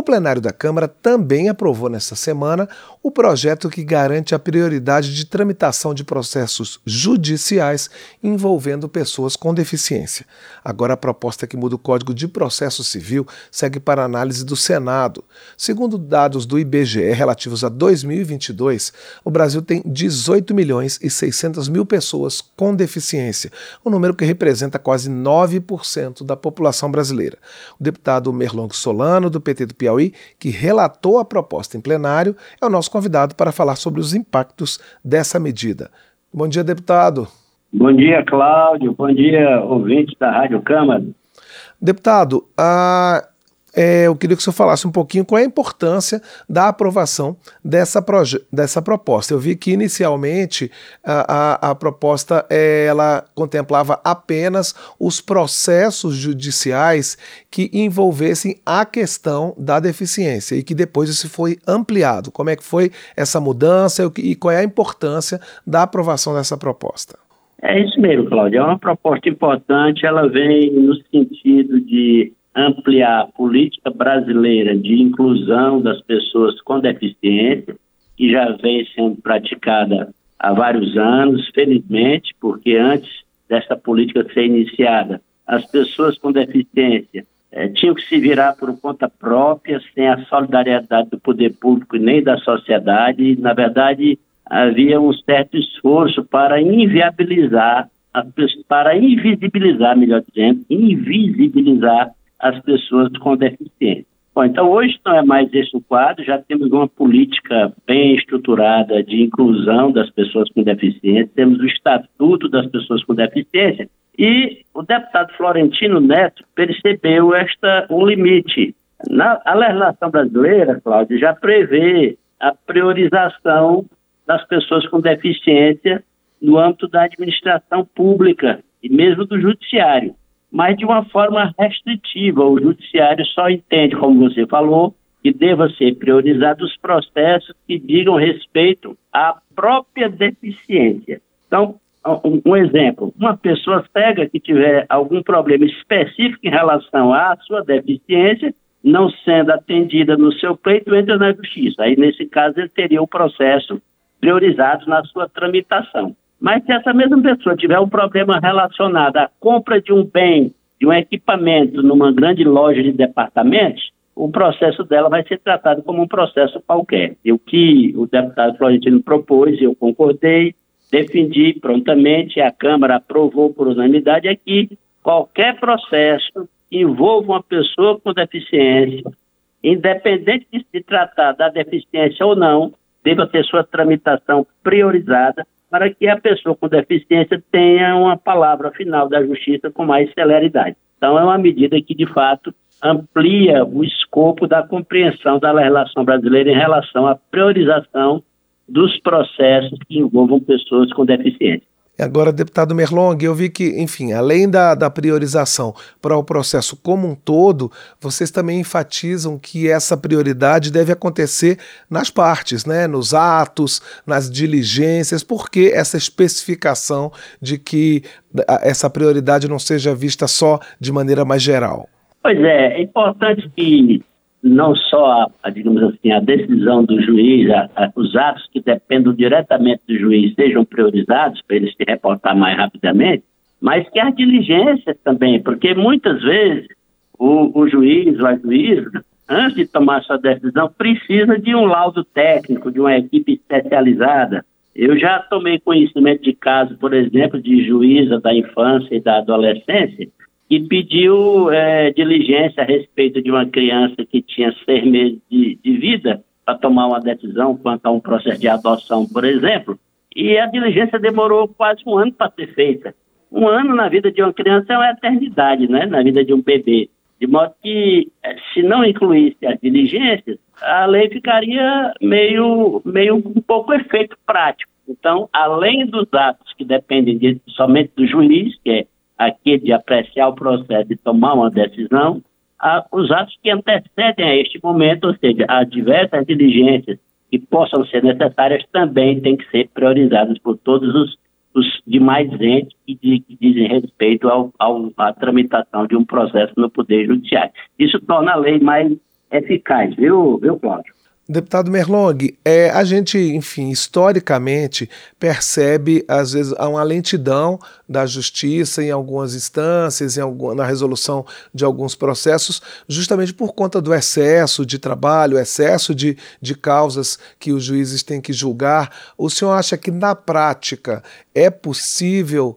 O plenário da Câmara também aprovou nesta semana o projeto que garante a prioridade de tramitação de processos judiciais envolvendo pessoas com deficiência. Agora, a proposta que muda o Código de Processo Civil segue para análise do Senado. Segundo dados do IBGE relativos a 2022, o Brasil tem 18 milhões e 600 mil pessoas com deficiência, um número que representa quase 9% da população brasileira. O deputado Merlong Solano, do PT do Piauí, que relatou a proposta em plenário, é o nosso convidado para falar sobre os impactos dessa medida. Bom dia, deputado. Bom dia, Cláudio. Bom dia, ouvintes da Rádio Câmara. Deputado, eu queria que o senhor falasse um pouquinho qual é a importância da aprovação dessa proposta. Eu vi que inicialmente a proposta ela contemplava apenas os processos judiciais que envolvessem a questão da deficiência e que depois isso foi ampliado. Como é que foi essa mudança e qual é a importância da aprovação dessa proposta? É isso mesmo, Cláudio. É uma proposta importante, ela vem no sentido de ampliar a política brasileira de inclusão das pessoas com deficiência, que já vem sendo praticada há vários anos, felizmente, porque antes dessa política ser iniciada, as pessoas com deficiência tinham que se virar por conta própria, sem a solidariedade do poder público e nem da sociedade. E, na verdade, havia um certo esforço para invisibilizar as pessoas com deficiência. Bom, então hoje não é mais esse o quadro, já temos uma política bem estruturada de inclusão das pessoas com deficiência, temos o Estatuto das Pessoas com Deficiência e o deputado Florentino Neto percebeu o limite. A legislação brasileira, Cláudio, já prevê a priorização das pessoas com deficiência no âmbito da administração pública e mesmo do judiciário, mas de uma forma restritiva. O judiciário só entende, como você falou, que deva ser priorizado os processos que digam respeito à própria deficiência. Então, um exemplo, uma pessoa cega que tiver algum problema específico em relação à sua deficiência, não sendo atendida no seu pleito, entra na justiça. Aí, nesse caso, ele teria o processo priorizado na sua tramitação. Mas se essa mesma pessoa tiver um problema relacionado à compra de um bem, de um equipamento numa grande loja de departamentos, o processo dela vai ser tratado como um processo qualquer. E o que o deputado Florentino propôs, eu concordei, defendi prontamente, a Câmara aprovou por unanimidade, é que qualquer processo que envolva uma pessoa com deficiência, independente de se tratar da deficiência ou não, deva ter sua tramitação priorizada para que a pessoa com deficiência tenha uma palavra final da justiça com mais celeridade. Então, é uma medida que, de fato, amplia o escopo da compreensão da legislação brasileira em relação à priorização dos processos que envolvam pessoas com deficiência. Agora, deputado Merlong, eu vi que, enfim, além da priorização para o processo como um todo, vocês também enfatizam que essa prioridade deve acontecer nas partes, né? Nos atos, nas diligências. Por que essa especificação de que essa prioridade não seja vista só de maneira mais geral? Pois é importante que não só digamos assim, a decisão do juiz, os atos que dependem diretamente do juiz sejam priorizados para ele se reportar mais rapidamente, mas que as diligências também, porque muitas vezes o juiz ou a juíza, antes de tomar sua decisão, precisa de um laudo técnico, de uma equipe especializada. Eu já tomei conhecimento de casos, por exemplo, de juíza da infância e da adolescência, que pediu diligência a respeito de uma criança que tinha 6 meses de vida para tomar uma decisão quanto a um processo de adoção, por exemplo, e a diligência demorou quase 1 ano para ser feita. 1 ano na vida de uma criança é uma eternidade, né? Na vida de um bebê. De modo que, se não incluísse as diligências, a lei ficaria meio um pouco efeito prático. Então, além dos atos que dependem somente do juiz, que é aquele de apreciar o processo e tomar uma decisão, os atos que antecedem a este momento, ou seja, as diversas diligências que possam ser necessárias também têm que ser priorizadas por todos os demais entes que dizem respeito à tramitação de um processo no Poder Judiciário. Isso torna a lei mais eficaz, viu, Cláudio? Deputado Merlong, a gente, enfim, historicamente percebe, às vezes, uma lentidão da justiça em algumas instâncias, na resolução de alguns processos, justamente por conta do excesso de trabalho, excesso de causas que os juízes têm que julgar. O senhor acha que, na prática, é possível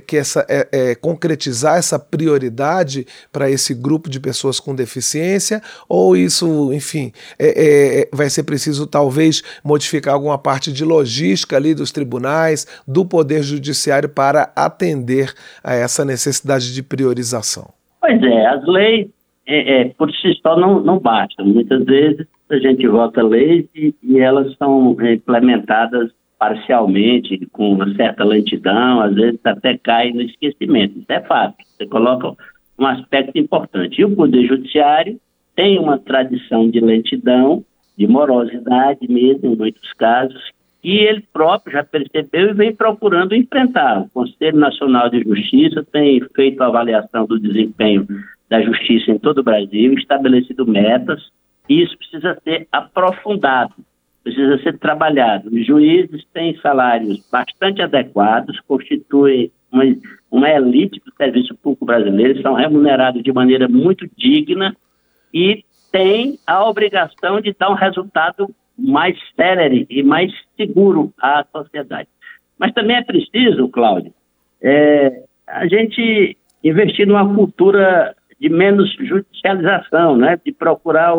concretizar essa prioridade para esse grupo de pessoas com deficiência? Ou isso, enfim, vai ser preciso talvez modificar alguma parte de logística ali dos tribunais, do Poder Judiciário para atender a essa necessidade de priorização? Pois as leis por si só não bastam. Muitas vezes a gente vota leis e elas são implementadas parcialmente, com uma certa lentidão, às vezes até cai no esquecimento. Isso é fato. Você coloca um aspecto importante. E o Poder Judiciário tem uma tradição de lentidão, de morosidade mesmo, em muitos casos, e ele próprio já percebeu e vem procurando enfrentar. O Conselho Nacional de Justiça tem feito a avaliação do desempenho da justiça em todo o Brasil, estabelecido metas, e isso precisa ser aprofundado, precisa ser trabalhado. Os juízes têm salários bastante adequados, constituem uma elite do serviço público brasileiro, são remunerados de maneira muito digna e tem a obrigação de dar um resultado mais célere e mais seguro à sociedade. Mas também é preciso, Cláudio, a gente investir numa cultura de menos judicialização, né? De procurar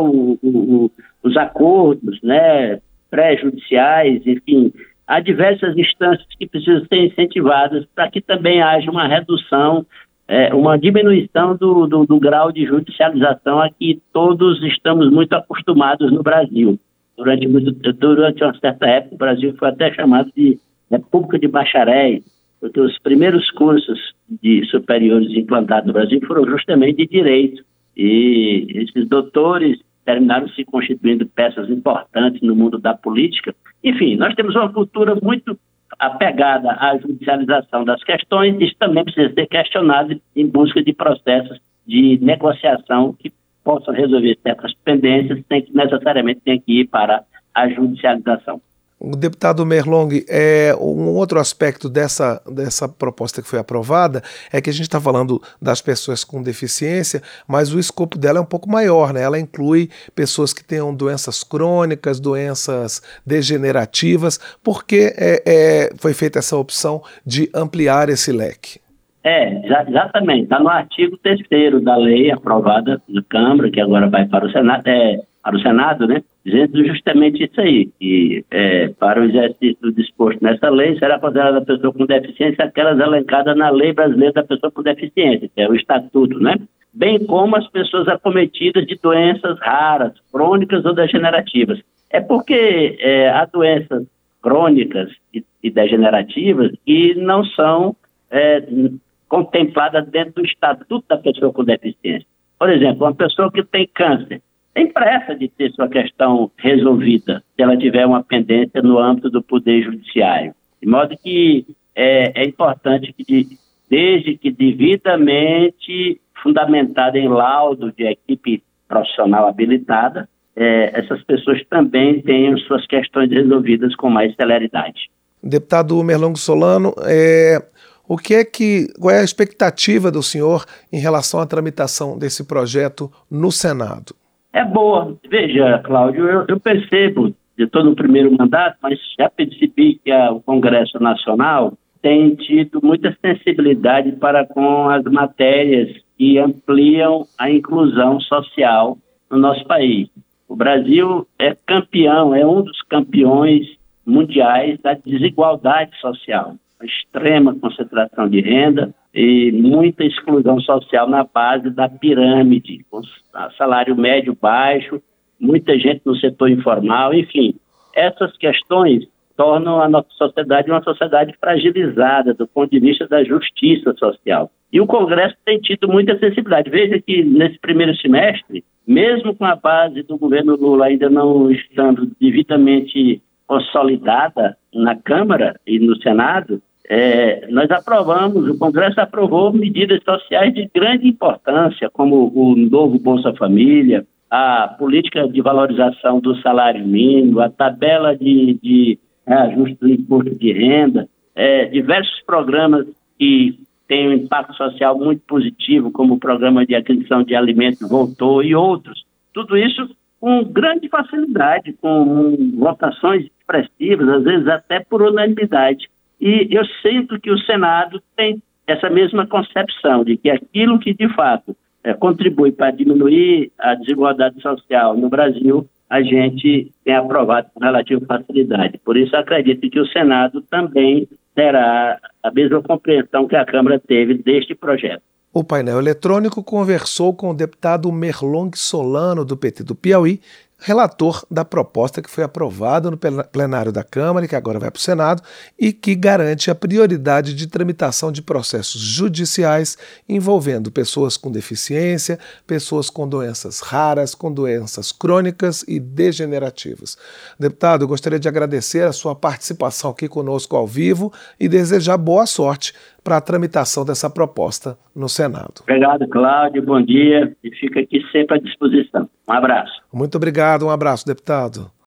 os acordos, né? Pré-judiciais, enfim, há diversas instâncias que precisam ser incentivadas para que também haja uma redução, uma diminuição do grau de judicialização a que todos estamos muito acostumados no Brasil. Durante uma certa época, o Brasil foi até chamado de República de Bacharéis, porque os primeiros cursos de superiores implantados no Brasil foram justamente de direito. E esses doutores terminaram se constituindo peças importantes no mundo da política. Enfim, nós temos uma cultura muito apegada à judicialização das questões. Isso também precisa ser questionado em busca de processos de negociação que possam resolver certas pendências, necessariamente tem que ir para a judicialização. O deputado Merlong, um outro aspecto dessa proposta que foi aprovada é que a gente está falando das pessoas com deficiência, mas o escopo dela é um pouco maior, né? Ela inclui pessoas que tenham doenças crônicas, doenças degenerativas, porque foi feita essa opção de ampliar esse leque. Exatamente. Está no artigo 3º da lei aprovada na Câmara, que agora vai para o Senado, né? Dizendo justamente isso aí, que para o exercício disposto nessa lei, será considerada a pessoa com deficiência aquelas elencadas na Lei Brasileira da Pessoa com Deficiência, que é o Estatuto, né? Bem como as pessoas acometidas de doenças raras, crônicas ou degenerativas. É porque há doenças crônicas e degenerativas que não são contempladas dentro do Estatuto da Pessoa com Deficiência. Por exemplo, uma pessoa que tem câncer, tem pressa de ter sua questão resolvida, se ela tiver uma pendência no âmbito do Poder Judiciário. De modo que é importante que, desde que devidamente fundamentada em laudo de equipe profissional habilitada, essas pessoas também tenham suas questões resolvidas com mais celeridade. Deputado Merlong Solano, qual é a expectativa do senhor em relação à tramitação desse projeto no Senado? É boa. Veja, Cláudio, eu percebo, eu estou no primeiro mandato, mas já percebi que o Congresso Nacional tem tido muita sensibilidade para com as matérias que ampliam a inclusão social no nosso país. O Brasil é campeão, é um dos campeões mundiais da desigualdade social. A extrema concentração de renda e muita exclusão social na base da pirâmide, com salário médio baixo, muita gente no setor informal, enfim. Essas questões tornam a nossa sociedade uma sociedade fragilizada do ponto de vista da justiça social. E o Congresso tem tido muita sensibilidade. Veja que nesse primeiro semestre, mesmo com a base do governo Lula ainda não estando devidamente consolidada na Câmara e no Senado, nós aprovamos, o Congresso aprovou medidas sociais de grande importância, como o novo Bolsa Família, a política de valorização do salário mínimo, a tabela de reajuste do imposto de renda, diversos programas que têm um impacto social muito positivo, como o programa de aquisição de alimentos voltou e outros. Tudo isso com grande facilidade, com votações expressivas, às vezes até por unanimidade. E eu sinto que o Senado tem essa mesma concepção de que aquilo que, de fato, contribui para diminuir a desigualdade social no Brasil, a gente tem aprovado com relativa facilidade. Por isso, acredito que o Senado também terá a mesma compreensão que a Câmara teve deste projeto. O painel eletrônico conversou com o deputado Merlong Solano, do PT do Piauí, relator da proposta que foi aprovada no plenário da Câmara e que agora vai para o Senado e que garante a prioridade de tramitação de processos judiciais envolvendo pessoas com deficiência, pessoas com doenças raras, com doenças crônicas e degenerativas. Deputado, eu gostaria de agradecer a sua participação aqui conosco ao vivo e desejar boa sorte para a tramitação dessa proposta no Senado. Obrigado, Cláudio. Bom dia e fica aqui sempre à disposição. Um abraço. Muito obrigado. Um abraço, deputado.